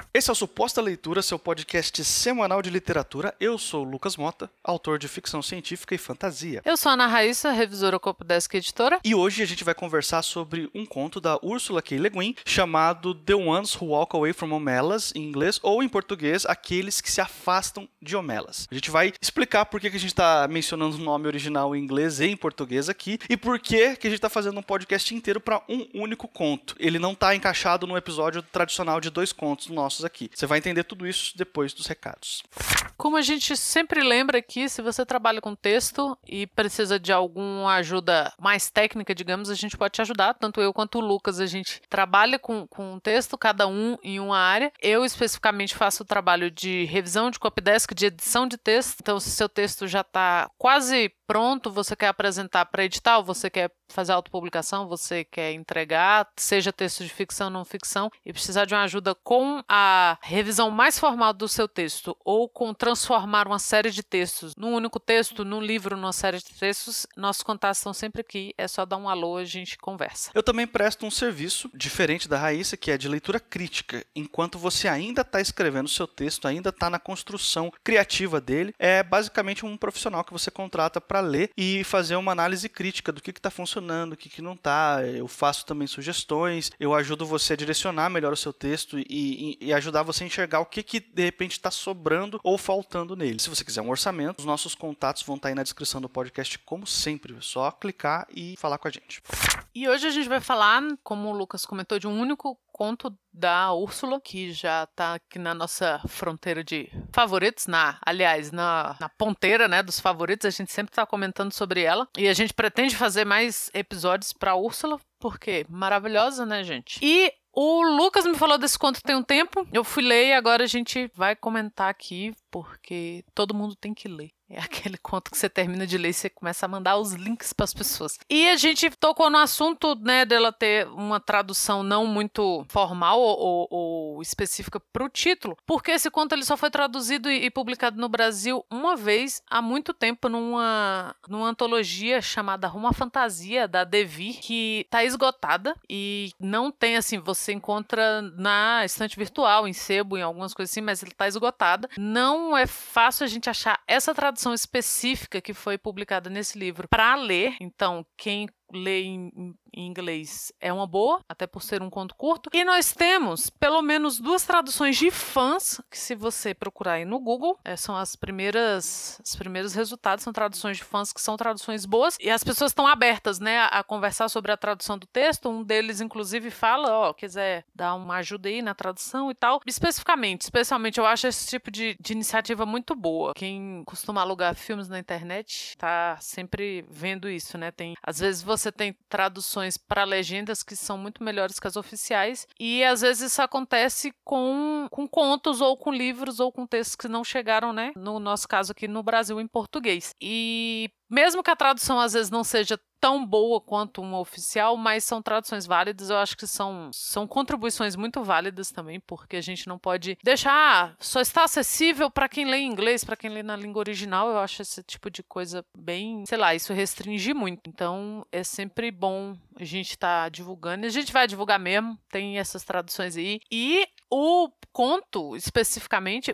Esse é o Suposta Leitura, seu podcast semanal de literatura. Eu sou o Lucas Mota, autor de ficção científica e fantasia. Eu sou a Ana Raíssa, revisora Copdesk Editora. E hoje a gente vai conversar sobre um conto da Ursula K. Le Guin chamado The Ones Who Walk Away from Homelas, em inglês, ou em português, Aqueles que se Afastam de Homelas. A gente vai explicar por que a gente está mencionando o nome original em inglês e em português aqui e por que a gente está fazendo um podcast inteiro para um único conto. Ele não está encaixado no episódio tradicional de 2 contos nossos aqui. Você vai entender tudo isso depois dos recados. Como a gente sempre lembra aqui, se você trabalha com texto e precisa de alguma ajuda mais técnica, digamos, a gente pode te ajudar. Tanto eu quanto o Lucas, a gente trabalha com texto, cada um em uma área. Eu especificamente faço o trabalho de revisão de copydesk, de edição de texto. Então, se seu texto já está quase pronto, você quer apresentar para edital, você quer fazer autopublicação, você quer entregar, seja texto de ficção ou não ficção, e precisar de uma ajuda com a revisão mais formal do seu texto, ou com transformar uma série de textos num único texto, num livro, numa série de textos, nossos contatos estão sempre aqui, é só dar um alô, a gente conversa. Eu também presto um serviço diferente da Raíssa, que é de leitura crítica. Enquanto você ainda está escrevendo o seu texto, ainda está na construção criativa dele, é basicamente um profissional que você contrata para ler e fazer uma análise crítica do que está funcionando, o que não está. Eu faço também sugestões, eu ajudo você a direcionar melhor o seu texto e ajudar você a enxergar o que de repente está sobrando ou faltando nele. Se você quiser um orçamento, os nossos contatos vão estar aí na descrição do podcast, como sempre. É só clicar e falar com a gente. E hoje a gente vai falar, como o Lucas comentou, de um único conto da Úrsula, que já está aqui na nossa fronteira de favoritos, na ponteira, né, dos favoritos. A gente sempre está comentando sobre ela. E a gente pretende fazer mais episódios para a Úrsula, porque maravilhosa, né, gente? E o Lucas me falou desse conto tem um tempo. Eu fui ler e agora a gente vai comentar aqui, porque todo mundo tem que ler. É aquele conto que você termina de ler e você começa a mandar os links para as pessoas. E a gente tocou no assunto, né, dela ter uma tradução não muito formal ou específica para o título, porque esse conto ele só foi traduzido e publicado no Brasil uma vez, há muito tempo, numa antologia chamada Uma Fantasia, da Devir, que está esgotada e não tem, assim, você encontra na estante virtual, em sebo, em algumas coisas assim, mas ele está esgotada. Não é fácil a gente achar essa tradução específica que foi publicada nesse livro para ler. Então, quem lê em inglês é uma boa, até por ser um conto curto. E nós temos pelo menos 2 traduções de fãs, que se você procurar aí no Google, são os primeiros resultados, são traduções de fãs que são traduções boas, e as pessoas estão abertas, né, a conversar sobre a tradução do texto. Um deles, inclusive, fala, quiser dar uma ajuda aí na tradução e tal. Especialmente, eu acho esse tipo de iniciativa muito boa. Quem costuma alugar filmes na internet tá sempre vendo isso, né? Às vezes você tem traduções para legendas que são muito melhores que as oficiais, e às vezes isso acontece com contos ou com livros ou com textos que não chegaram, né? No nosso caso aqui no Brasil, em português. E mesmo que a tradução às vezes não seja tão boa quanto uma oficial, mas são traduções válidas. Eu acho que são contribuições muito válidas também, porque a gente não pode deixar, só está acessível para quem lê em inglês, para quem lê na língua original. Eu acho esse tipo de coisa bem, isso restringe muito. Então é sempre bom a gente estar divulgando, e a gente vai divulgar mesmo, tem essas traduções aí. E o conto, especificamente,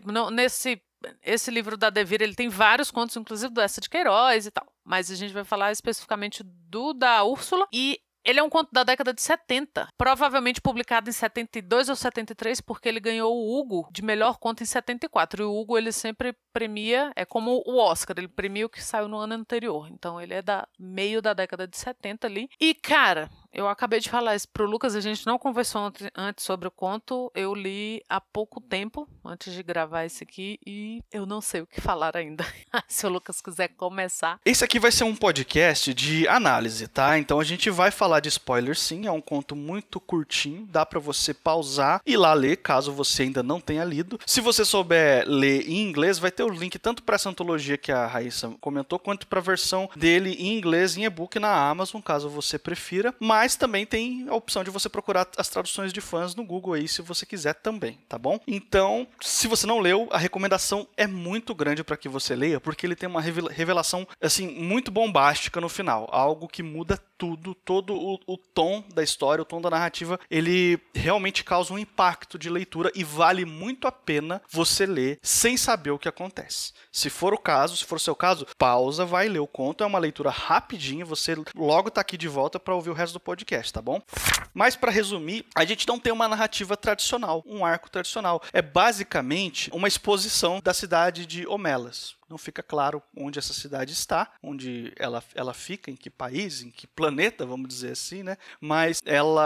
esse livro da Devir, ele tem vários contos, inclusive do Eça de Queiroz e tal. Mas a gente vai falar especificamente do da Úrsula. E ele é um conto da década de 70, provavelmente publicado em 72 ou 73, porque ele ganhou o Hugo de melhor conto em 74. E o Hugo, ele sempre premia, é como o Oscar, ele premia o que saiu no ano anterior. Então ele é meio da década de 70 ali. E, cara, eu acabei de falar isso pro Lucas, a gente não conversou antes sobre o conto, eu li há pouco tempo, antes de gravar esse aqui, e eu não sei o que falar ainda. Se o Lucas quiser começar. Esse aqui vai ser um podcast de análise, tá? Então a gente vai falar de spoilers, sim, é um conto muito curtinho, dá pra você pausar e ir lá ler, caso você ainda não tenha lido. Se você souber ler em inglês, vai ter o link tanto para essa antologia que a Raíssa comentou, quanto para a versão dele em inglês, em e-book na Amazon, caso você prefira. Mas Mas também tem a opção de você procurar as traduções de fãs no Google aí, se você quiser também, tá bom? Então, se você não leu, a recomendação é muito grande para que você leia, porque ele tem uma revelação, assim, muito bombástica no final. Algo que muda tudo, todo o tom da história, o tom da narrativa, ele realmente causa um impacto de leitura e vale muito a pena você ler sem saber o que acontece. Se for o seu caso, pausa, vai ler o conto, é uma leitura rapidinha, você logo tá aqui de volta para ouvir o resto do podcast, tá bom? Mas para resumir, a gente não tem uma narrativa tradicional, um arco tradicional. É basicamente uma exposição da cidade de Homelas. Não fica claro onde essa cidade está, onde ela fica, em que país, em que planeta, vamos dizer assim, né? Mas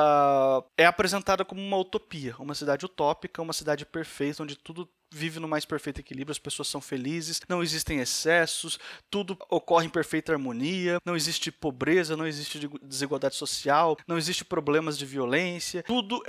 ela é apresentada como uma utopia, uma cidade utópica, uma cidade perfeita, onde tudo vive no mais perfeito equilíbrio, as pessoas são felizes, não existem excessos, tudo ocorre em perfeita harmonia, não existe pobreza, não existe desigualdade social, não existe problemas de violência, tudo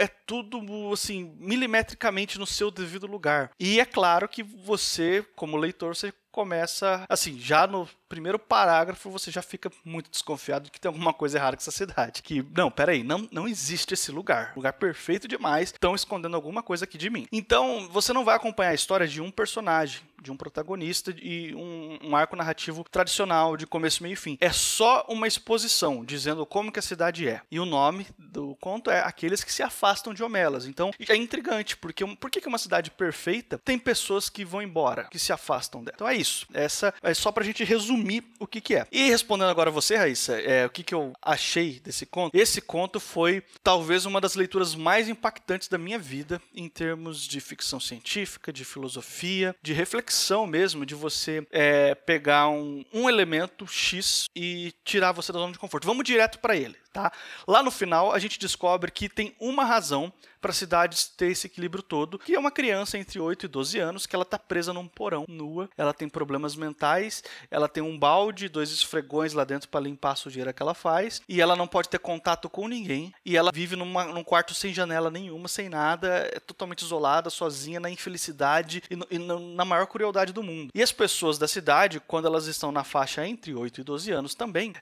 assim, milimetricamente no seu devido lugar. E é claro que você, como leitor, você começa, assim, já no primeiro parágrafo você já fica muito desconfiado de que tem alguma coisa errada com essa cidade. Que, não, peraí, não existe esse lugar. Lugar perfeito demais, estão escondendo alguma coisa aqui de mim. Então, você não vai acompanhar a história de um personagem, de um protagonista e um arco narrativo tradicional, de começo, meio e fim. É só uma exposição, dizendo como que a cidade é. E o nome do conto é Aqueles que se Afastam de Homelas. Então, é intrigante, porque por que uma cidade perfeita tem pessoas que vão embora, que se afastam dela? Então é isso. Essa é só pra gente resumir o que é. E respondendo agora a você, Raíssa, o que eu achei desse conto? Esse conto foi talvez uma das leituras mais impactantes da minha vida em termos de ficção científica, de filosofia, de reflexão mesmo, de você pegar um elemento X e tirar você da zona de conforto. Vamos direto para ele, tá? Lá no final, a gente descobre que tem uma razão para a cidade ter esse equilíbrio todo, que é uma criança entre 8 e 12 anos, que ela está presa num porão, nua, ela tem problemas mentais, ela tem um balde, 2 esfregões lá dentro para limpar a sujeira que ela faz, e ela não pode ter contato com ninguém, e ela vive num quarto sem janela nenhuma, sem nada, é totalmente isolada, sozinha, na infelicidade e na maior crueldade do mundo. E as pessoas da cidade, quando elas estão na faixa entre 8 e 12 anos também,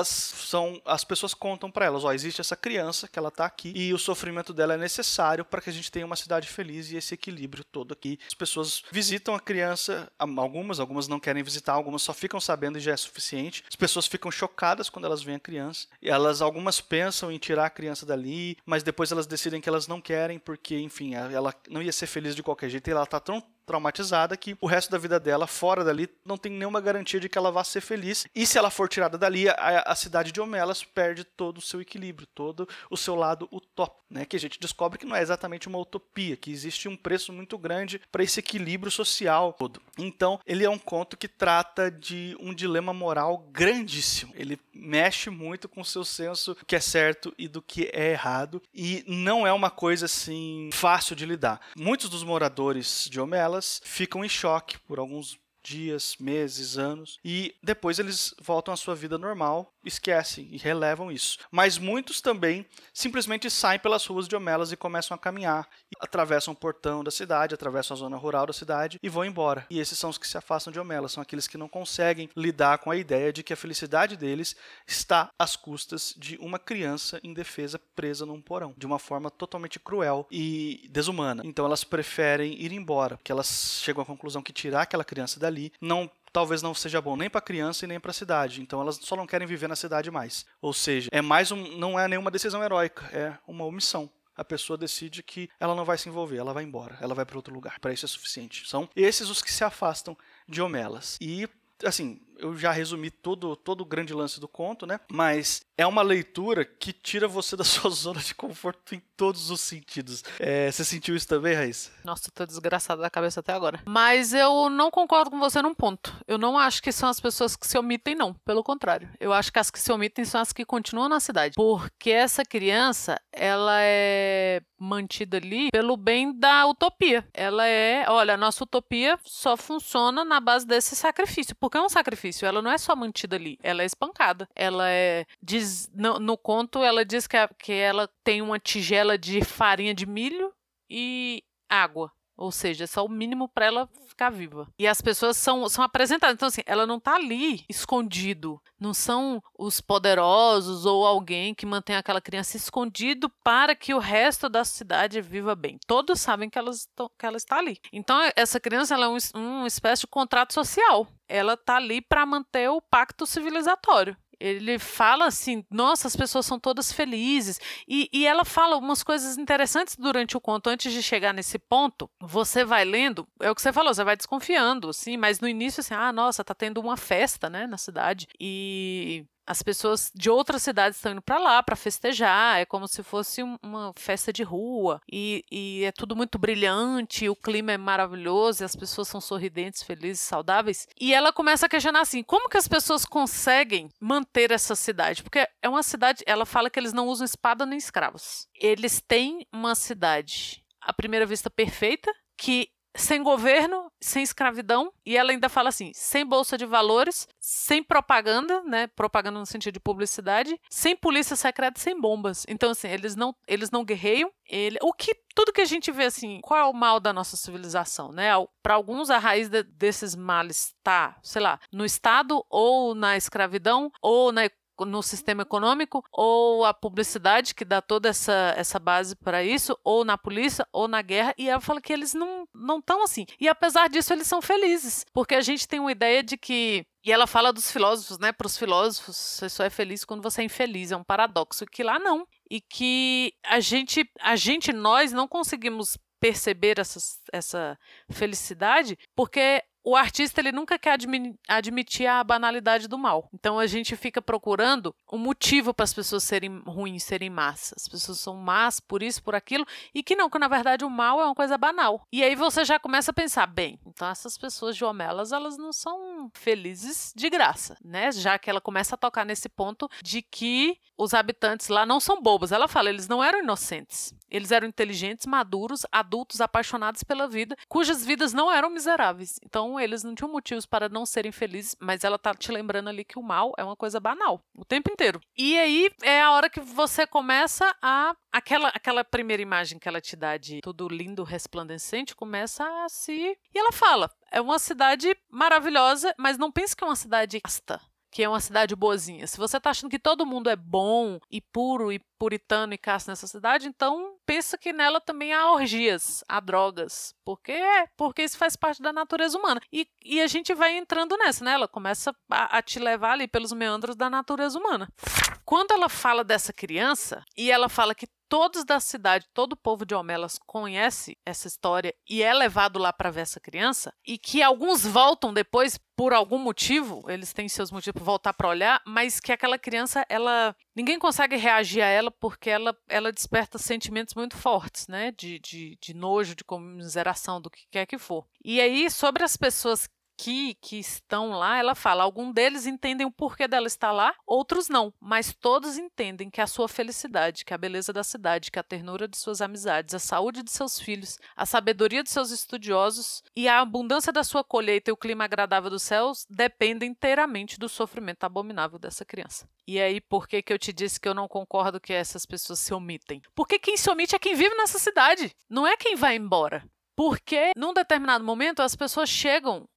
as pessoas contam para elas, existe essa criança que ela está aqui, e o sofrimento dela é necessário para que a gente tenha uma cidade feliz e esse equilíbrio todo aqui. As pessoas visitam a criança, algumas não querem visitar, algumas só ficam sabendo e já é suficiente. As pessoas ficam chocadas quando elas veem a criança. E algumas pensam em tirar a criança dali, mas depois elas decidem que elas não querem porque, enfim, ela não ia ser feliz de qualquer jeito e ela está tão traumatizada que o resto da vida dela, fora dali, não tem nenhuma garantia de que ela vá ser feliz. E se ela for tirada dali, a cidade de Homelas perde todo o seu equilíbrio, todo o seu lado utópico, né? Que a gente descobre que não é exatamente uma utopia, que existe um preço muito grande para esse equilíbrio social todo. Então, ele é um conto que trata de um dilema moral grandíssimo. Ele mexe muito com o seu senso do que é certo e do que é errado, e não é uma coisa assim fácil de lidar. Muitos dos moradores de Homelas ficam em choque por alguns dias, meses, anos, e depois eles voltam à sua vida normal, esquecem e relevam isso. Mas muitos também simplesmente saem pelas ruas de Homelas e começam a caminhar, atravessam o portão da cidade, atravessam a zona rural da cidade e vão embora. E esses são os que se afastam de Homelas, são aqueles que não conseguem lidar com a ideia de que a felicidade deles está às custas de uma criança indefesa presa num porão, de uma forma totalmente cruel e desumana. Então elas preferem ir embora, porque elas chegam à conclusão que tirar aquela criança dali talvez não seja bom nem para a criança e nem para a cidade. Então elas só não querem viver na cidade mais. Ou seja, não é nenhuma decisão heróica, é uma omissão. A pessoa decide que ela não vai se envolver, ela vai embora, ela vai para outro lugar. Para isso é suficiente. São esses os que se afastam de Homelas. E, assim, eu já resumi todo o grande lance do conto, né? Mas é uma leitura que tira você da sua zona de conforto em todos os sentidos. Você sentiu isso também, Raíssa? Nossa, tô desgraçada da cabeça até agora. Mas eu não concordo com você num ponto. Eu não acho que são as pessoas que se omitem, não. Pelo contrário. Eu acho que as que se omitem são as que continuam na cidade. Porque essa criança, ela é mantida ali pelo bem da utopia. Olha, a nossa utopia só funciona na base desse sacrifício. Porque é um sacrifício. Ela não é só mantida ali, ela é espancada. Ela no conto, ela diz que ela tem uma tigela de farinha de milho e água. Ou seja, é só o mínimo para ela ficar viva. E as pessoas são apresentadas. Então, assim, ela não tá ali escondido. Não são os poderosos ou alguém que mantém aquela criança escondido para que o resto da cidade viva bem. Todos sabem que ela está ali. Então, essa criança ela é uma espécie de contrato social. Ela tá ali para manter o pacto civilizatório. Ele fala assim, nossa, as pessoas são todas felizes. E ela fala umas coisas interessantes durante o conto. Antes de chegar nesse ponto, você vai lendo, é o que você falou, você vai desconfiando, assim, mas no início, assim, nossa, tá tendo uma festa, né, na cidade. E as pessoas de outras cidades estão indo para lá para festejar, é como se fosse uma festa de rua, e é tudo muito brilhante, o clima é maravilhoso, e as pessoas são sorridentes, felizes, saudáveis. E ela começa a questionar assim, como que as pessoas conseguem manter essa cidade? Porque é uma cidade, ela fala que eles não usam espada nem escravos. Eles têm uma cidade, à primeira vista, perfeita, que sem governo, sem escravidão, e ela ainda fala assim, sem bolsa de valores, sem propaganda, né, propaganda no sentido de publicidade, sem polícia secreta, sem bombas. Então, assim, eles não guerreiam, tudo que a gente vê, assim, qual é o mal da nossa civilização, né? Para alguns, a raiz desses males está, sei lá, no Estado, ou na escravidão, ou no sistema econômico, ou a publicidade que dá toda essa base para isso, ou na polícia, ou na guerra, e ela fala que eles não estão assim. E apesar disso, eles são felizes, porque a gente tem uma ideia de que, e ela fala dos filósofos, né, para os filósofos, você só é feliz quando você é infeliz, é um paradoxo, que lá não, e que nós não conseguimos perceber essa felicidade, porque o artista ele nunca quer admitir a banalidade do mal. Então a gente fica procurando um motivo para as pessoas serem ruins, serem más. As pessoas são más por isso, por aquilo, e que na verdade o mal é uma coisa banal. E aí você já começa a pensar, bem, então essas pessoas de Homelas, elas não são felizes de graça, né? Já que ela começa a tocar nesse ponto de que os habitantes lá não são bobos. Ela fala, eles não eram inocentes. Eles eram inteligentes, maduros, adultos, apaixonados pela vida, cujas vidas não eram miseráveis. Então, eles não tinham motivos para não serem felizes, mas ela tá te lembrando ali que o mal é uma coisa banal, o tempo inteiro. E aí, é a hora que você começa aquela primeira imagem que ela te dá de tudo lindo, resplandecente, começa a se... E ela fala, é uma cidade maravilhosa, mas não pense que é uma cidade casta, que é uma cidade boazinha. Se você tá achando que todo mundo é bom e puro e puritano e casto nessa cidade, então pensa que nela também há orgias, há drogas. Porque isso faz parte da natureza humana. E a gente vai entrando nessa, né? Ela começa a te levar ali pelos meandros da natureza humana. Quando ela fala dessa criança, e ela fala que todos da cidade, todo o povo de Homelas conhece essa história e é levado lá para ver essa criança, e que alguns voltam depois por algum motivo, eles têm seus motivos para voltar para olhar, mas que aquela criança, ninguém consegue reagir a ela porque ela desperta sentimentos muito fortes, né? De nojo, de comiseração, do que quer que for. E aí, sobre as pessoas que estão lá, ela fala, alguns deles entendem o porquê dela estar lá, outros não, mas todos entendem que a sua felicidade, que a beleza da cidade, que a ternura de suas amizades, a saúde de seus filhos, a sabedoria de seus estudiosos e a abundância da sua colheita e o clima agradável dos céus dependem inteiramente do sofrimento abominável dessa criança. E aí, por que eu te disse que eu não concordo que essas pessoas se omitem? Porque quem se omite é quem vive nessa cidade, não é quem vai embora. Porque, num determinado momento, as pessoas chegam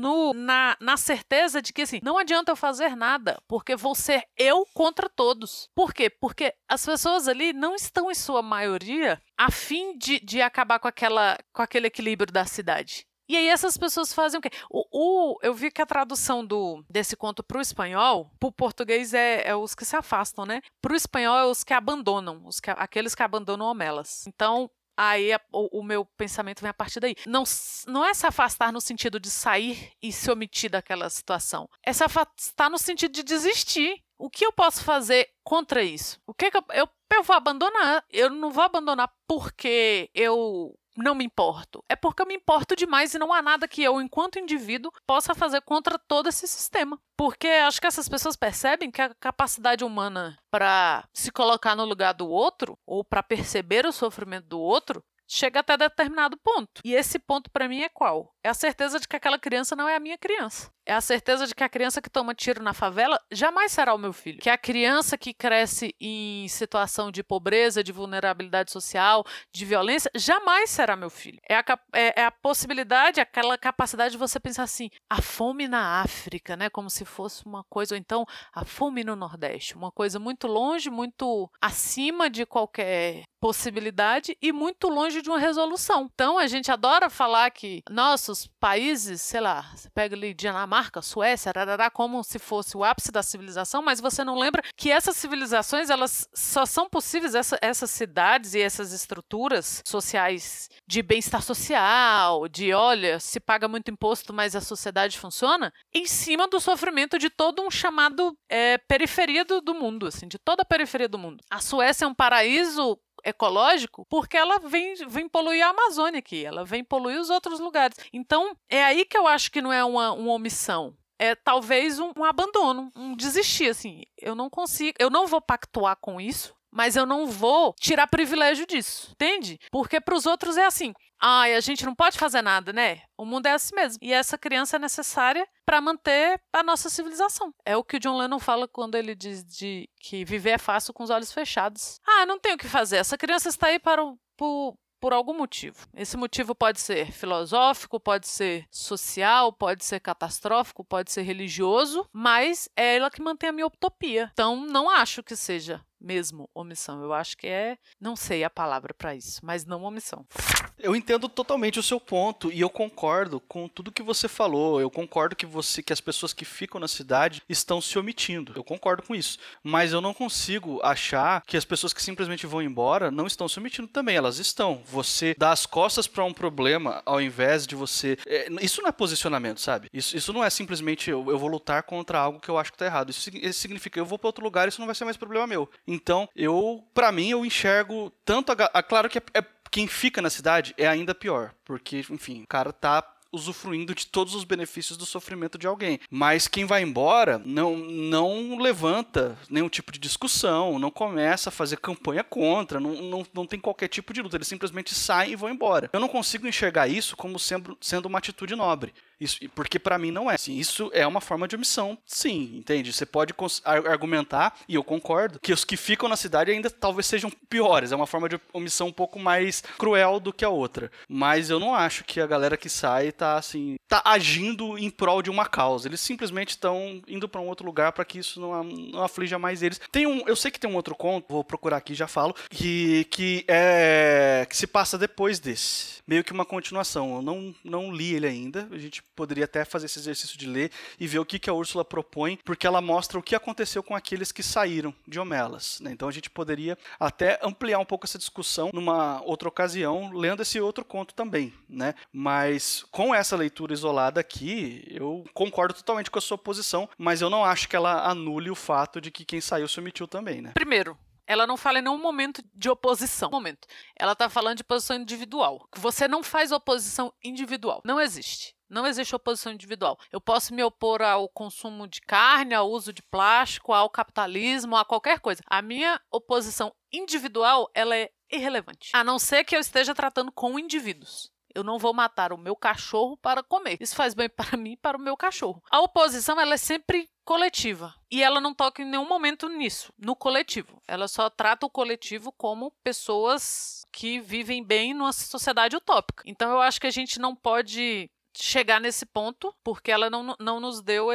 na certeza de que assim, não adianta eu fazer nada, porque vou ser eu contra todos. Por quê? Porque as pessoas ali não estão, em sua maioria, a fim de acabar com aquele equilíbrio da cidade. E aí essas pessoas fazem o quê? Eu vi que a tradução desse conto para o espanhol, para o português é os que se afastam, né? Para o espanhol é os que abandonam, aqueles que abandonam Homelas. Então, aí o meu pensamento vem a partir daí. Não é se afastar no sentido de sair e se omitir daquela situação. É se afastar no sentido de desistir. O que eu posso fazer contra isso? O que eu vou abandonar? Eu não vou abandonar porque eu não me importo. É porque eu me importo demais e não há nada que eu, enquanto indivíduo, possa fazer contra todo esse sistema. Porque acho que essas pessoas percebem que a capacidade humana para se colocar no lugar do outro, ou para perceber o sofrimento do outro, chega até determinado ponto. E esse ponto para mim é qual? É a certeza de que aquela criança não é a minha criança. É a certeza de que a criança que toma tiro na favela jamais será o meu filho. Que a criança que cresce em situação de pobreza, de vulnerabilidade social, de violência, jamais será meu filho. É a possibilidade, aquela capacidade de você pensar assim, a fome na África, né? Como se fosse uma coisa, ou então a fome no Nordeste. Uma coisa muito longe, muito acima de qualquer possibilidade e muito longe de uma resolução. Então, a gente adora falar que nossos países, sei lá, você pega ali Dinamarca, Suécia, ararará, como se fosse o ápice da civilização, mas você não lembra que essas civilizações, elas só são possíveis, essas cidades e essas estruturas sociais de bem-estar social, de, olha, se paga muito imposto, mas a sociedade funciona, em cima do sofrimento de todo um chamado periferia do mundo, assim, de toda a periferia do mundo. A Suécia é um paraíso ecológico porque ela vem poluir a Amazônia aqui, ela vem poluir os outros lugares. Então, é aí que eu acho que não é uma omissão. É talvez um abandono, um desistir, assim. Eu não consigo, eu não vou pactuar com isso, mas eu não vou tirar privilégio disso, entende? Porque para os outros é assim, a gente não pode fazer nada, né? O mundo é assim mesmo. E essa criança é necessária para manter a nossa civilização. É o que o John Lennon fala quando ele diz que viver é fácil com os olhos fechados. Não tem o que fazer. Essa criança está aí por algum motivo. Esse motivo pode ser filosófico, pode ser social, pode ser catastrófico, pode ser religioso, mas é ela que mantém a minha utopia. Então, não acho que seja mesmo omissão. Eu acho que não sei a palavra para isso, mas não omissão. Eu entendo totalmente o seu ponto e eu concordo com tudo que você falou. Eu concordo que as pessoas que ficam na cidade estão se omitindo. Eu concordo com isso. Mas eu não consigo achar que as pessoas que simplesmente vão embora não estão se omitindo também. Elas estão. Você dá as costas para um problema ao invés de você... Isso não é posicionamento, sabe? Isso não é simplesmente eu vou lutar contra algo que eu acho que tá errado. Isso significa eu vou para outro lugar e isso não vai ser mais problema meu. Então, pra mim, eu enxergo tanto claro que quem fica na cidade é ainda pior, porque, enfim, o cara tá usufruindo de todos os benefícios do sofrimento de alguém. Mas quem vai embora não levanta nenhum tipo de discussão, não começa a fazer campanha contra, não tem qualquer tipo de luta, eles simplesmente saem e vão embora. Eu não consigo enxergar isso como sendo uma atitude nobre. Isso, porque pra mim não é. Assim, isso é uma forma de omissão, sim, entende? Você pode argumentar, e eu concordo, que os que ficam na cidade ainda talvez sejam piores. É uma forma de omissão um pouco mais cruel do que a outra. Mas eu não acho que a galera que sai tá agindo em prol de uma causa. Eles simplesmente estão indo pra um outro lugar pra que isso não aflija mais eles. Eu sei que tem um outro conto, vou procurar aqui e já falo, que se passa depois desse. Meio que uma continuação. Eu não li ele ainda. A gente poderia até fazer esse exercício de ler e ver o que a Úrsula propõe, porque ela mostra o que aconteceu com aqueles que saíram de Homelas, né? Então a gente poderia até ampliar um pouco essa discussão numa outra ocasião, lendo esse outro conto também, né? Mas com essa leitura isolada aqui, eu concordo totalmente com a sua posição, mas eu não acho que ela anule o fato de que quem saiu se omitiu também, né? Primeiro, ela não fala em nenhum momento de oposição. Ela está falando de posição individual. Você não faz oposição individual. Não existe. Não existe oposição individual. Eu posso me opor ao consumo de carne, ao uso de plástico, ao capitalismo, a qualquer coisa. A minha oposição individual, ela é irrelevante. A não ser que eu esteja tratando com indivíduos. Eu não vou matar o meu cachorro para comer. Isso faz bem para mim e para o meu cachorro. A oposição, ela é sempre coletiva. E ela não toca em nenhum momento nisso, no coletivo. Ela só trata o coletivo como pessoas que vivem bem numa sociedade utópica. Então eu acho que a gente não pode chegar nesse ponto, porque ela não nos deu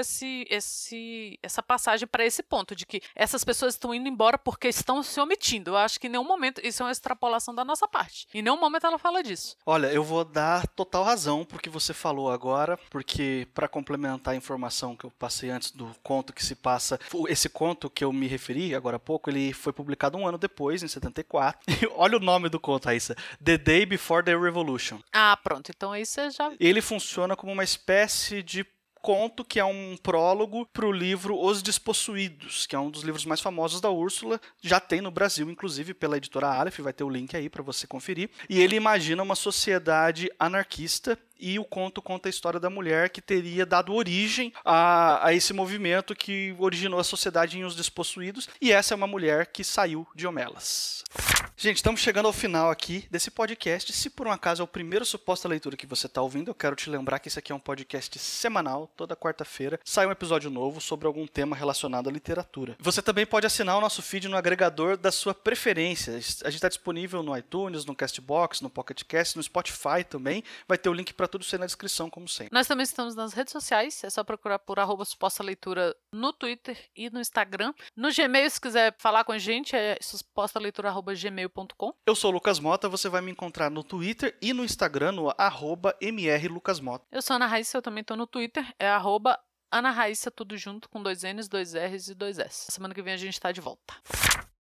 essa passagem para esse ponto, de que essas pessoas estão indo embora porque estão se omitindo. Eu acho que em nenhum momento, isso é uma extrapolação da nossa parte. Em nenhum momento ela fala disso. Olha, eu vou dar total razão pro que você falou agora, porque para complementar a informação que eu passei antes do conto que se passa, esse conto que eu me referi agora há pouco, ele foi publicado um ano depois, em 74. Olha o nome do conto, Raíssa. The Day Before the Revolution. Pronto. Então aí você já... Ele funciona como uma espécie de conto que é um prólogo para o livro Os Despossuídos, que é um dos livros mais famosos da Úrsula, já tem no Brasil, inclusive pela editora Aleph, vai ter o link aí para você conferir. E ele imagina uma sociedade anarquista, e o conto conta a história da mulher que teria dado origem a esse movimento que originou a sociedade em Os Despossuídos, e essa é uma mulher que saiu de Homelas. Gente, estamos chegando ao final aqui desse podcast. Se por um acaso é o primeiro Suposta Leitura que você está ouvindo, eu quero te lembrar que esse aqui é um podcast semanal. Toda quarta-feira sai um episódio novo sobre algum tema relacionado à literatura. Você também pode assinar o nosso feed no agregador da sua preferência. A gente está disponível no iTunes, no Castbox, no Pocket Cast, no Spotify também. Vai ter o link para tudo isso aí na descrição, como sempre. Nós também estamos nas redes sociais. É só procurar por @Suposta Leitura no Twitter e no Instagram. No Gmail, se quiser falar com a gente, é supostaleitura@gmail.com. Eu sou o Lucas Mota, você vai me encontrar no Twitter e no Instagram no @mrlucasmota. Eu sou a Ana Raíssa, eu também tô no Twitter, é @Ana Raíssa, tudo junto com 2 N's, 2 R's e 2 S. Semana que vem a gente tá de volta.